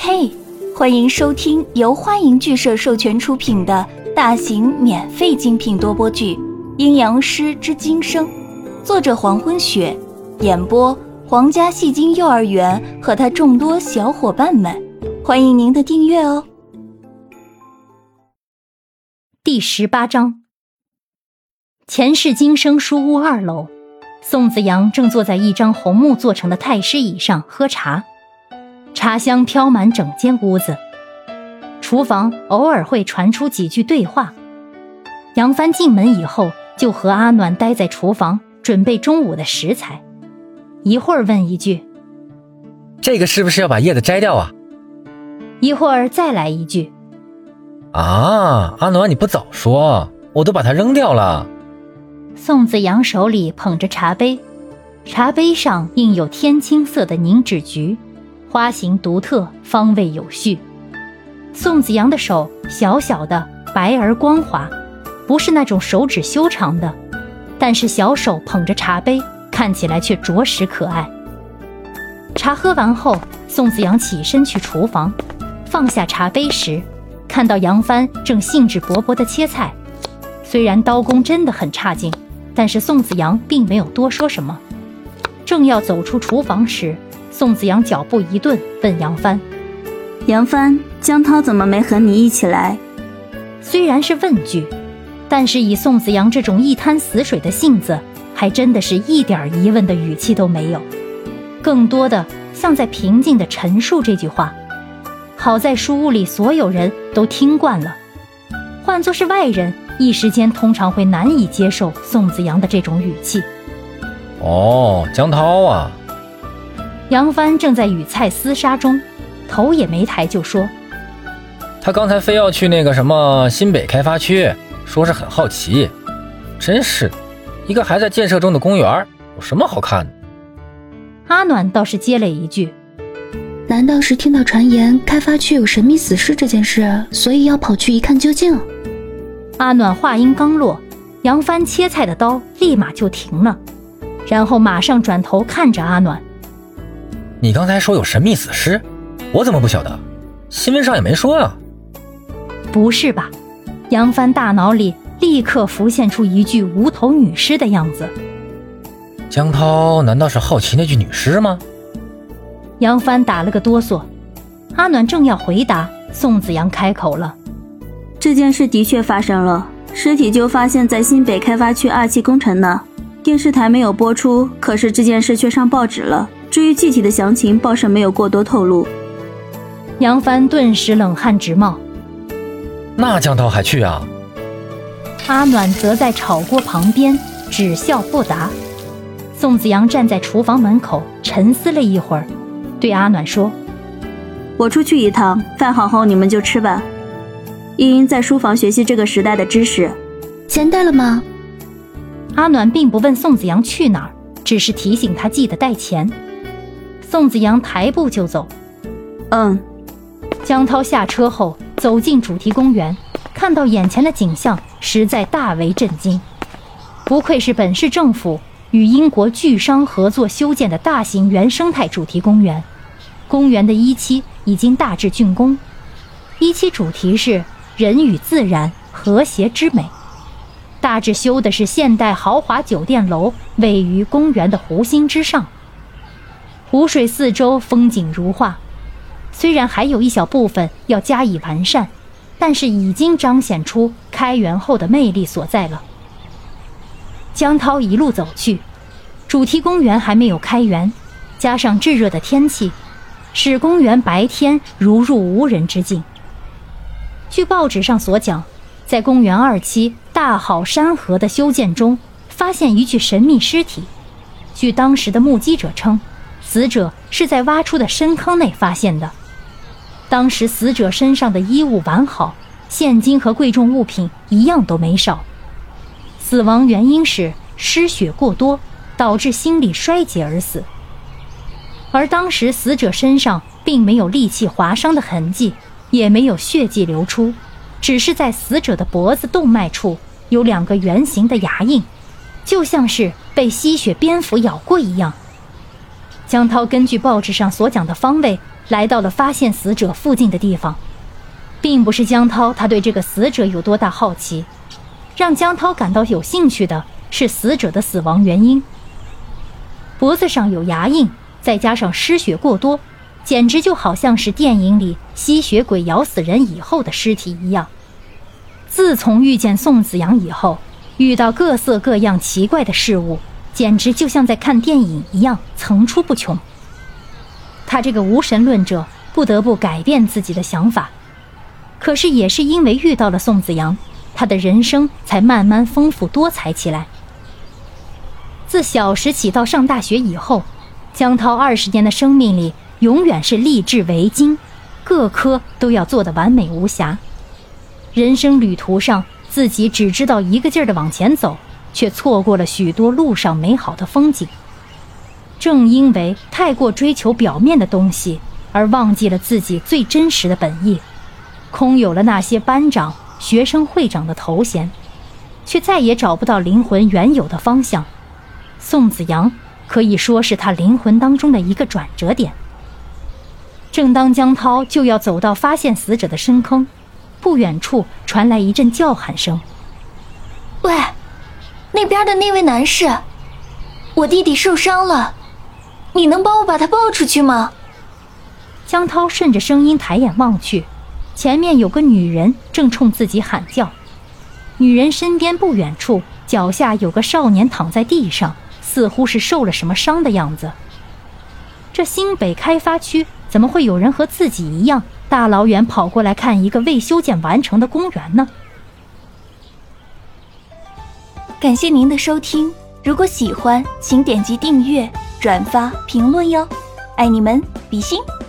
嘿，欢迎收听由欢迎剧社授权出品的大型免费精品多播剧《阴阳师之今生》，作者黄昏雪，演播皇家戏精幼儿园和他众多小伙伴们，欢迎您的订阅哦。 第18章，前世今生书屋2楼，宋子阳正坐在一张红木做成的太师椅上喝茶，茶香飘满整间屋子。厨房偶尔会传出几句对话。杨帆进门以后，就和阿暖待在厨房准备中午的食材，一会儿问一句： 这个是不是要把叶子摘掉啊？ 一会儿再来一句： 啊，阿暖你不早说，我都把它扔掉了。 宋子阳手里捧着茶杯，茶杯上印有天青色的凝脂菊，花形独特，方位有序。宋子阳的手小小的，白而光滑，不是那种手指修长的，但是小手捧着茶杯，看起来却着实可爱。茶喝完后，宋子阳起身去厨房，放下茶杯时，看到杨帆正兴致勃勃地切菜。虽然刀工真的很差劲，但是宋子阳并没有多说什么。正要走出厨房时，宋子阳脚步一顿，问杨帆： 杨帆，江涛怎么没和你一起来？ 虽然是问句，但是以宋子阳这种一滩死水的性子，还真的是一点疑问的语气都没有，更多的像在平静地陈述这句话。好在书屋里所有人都听惯了，换作是外人，一时间通常会难以接受宋子阳的这种语气。 哦，江涛啊。 杨帆正在与菜厮杀中，头也没抬就说： 他刚才非要去那个什么新北开发区，说是很好奇。真是的，一个还在建设中的公园，有什么好看的？ 阿暖倒是接了一句： 难道是听到传言开发区有神秘死尸这件事，所以要跑去一看究竟？ 阿暖话音刚落，杨帆切菜的刀立马就停了，然后马上转头看着阿暖： 你刚才说有神秘死尸，我怎么不晓得？新闻上也没说啊。 不是吧？杨帆大脑里立刻浮现出一具无头女尸的样子。 江涛难道是好奇那具女尸吗？ 杨帆打了个哆嗦。阿暖正要回答，宋子阳开口了： 这件事的确发生了，尸体就发现在新北开发区2期工程呢。电视台没有播出，可是这件事却上报纸了。至于具体的详情，报社没有过多透露。 杨帆顿时冷汗直冒。 那江涛还去啊？ 阿暖则在炒锅旁边只笑不答。宋子阳站在厨房门口沉思了一会儿，对阿暖说： 我出去一趟，饭好后你们就吃吧。茵茵在书房学习这个时代的知识。 钱带了吗？ 阿暖并不问宋子阳去哪儿，只是提醒他记得带钱。宋子阳抬步就走。江涛下车后走进主题公园，看到眼前的景象，实在大为震惊。不愧是本市政府与英国巨商合作修建的大型原生态主题公园。公园的1期已经大致竣工。1期主题是人与自然和谐之美，大致修的是现代豪华酒店楼，位于公园的湖心之上。湖水四周风景如画，虽然还有一小部分要加以完善，但是已经彰显出开园后的魅力所在了。江涛一路走去，主题公园还没有开园，加上炙热的天气，使公园白天如入无人之境。据报纸上所讲，在公园2期大好山河的修建中，发现一具神秘尸体。据当时的目击者称，死者是在挖出的深坑内发现的。当时死者身上的衣物完好，现金和贵重物品一样都没少。死亡原因是失血过多，导致心力衰竭而死。而当时死者身上并没有利器划伤的痕迹，也没有血迹流出，只是在死者的脖子动脉处有2个圆形的牙印，就像是被吸血蝙蝠咬过一样。江涛根据报纸上所讲的方位来到了发现死者附近的地方。并不是江涛他对这个死者有多大好奇，让江涛感到有兴趣的是死者的死亡原因。脖子上有牙印，再加上失血过多，简直就好像是电影里吸血鬼咬死人以后的尸体一样。自从遇见宋子阳以后，遇到各色各样奇怪的事物，简直就像在看电影一样，层出不穷。他这个无神论者不得不改变自己的想法，可是也是因为遇到了宋子阳，他的人生才慢慢丰富多彩起来。自小时起到上大学以后，江涛20年的生命里永远是立志为精，各科都要做得完美无瑕。人生旅途上，自己只知道一个劲儿地往前走，却错过了许多路上美好的风景。正因为太过追求表面的东西，而忘记了自己最真实的本意，空有了那些班长、学生会长的头衔，却再也找不到灵魂原有的方向。宋子阳可以说是他灵魂当中的一个转折点。正当江涛就要走到发现死者的深坑，不远处传来一阵叫喊声：“ 喂，那边的那位男士，我弟弟受伤了，你能帮我把他抱出去吗？” 江涛顺着声音抬眼望去，前面有个女人正冲自己喊叫。女人身边不远处，脚下有个少年躺在地上，似乎是受了什么伤的样子。这新北开发区怎么会有人和自己一样，大老远跑过来看一个未修建完成的公园呢？ 感谢您的收听，如果喜欢，请点击订阅、转发、评论哟，爱你们，比心。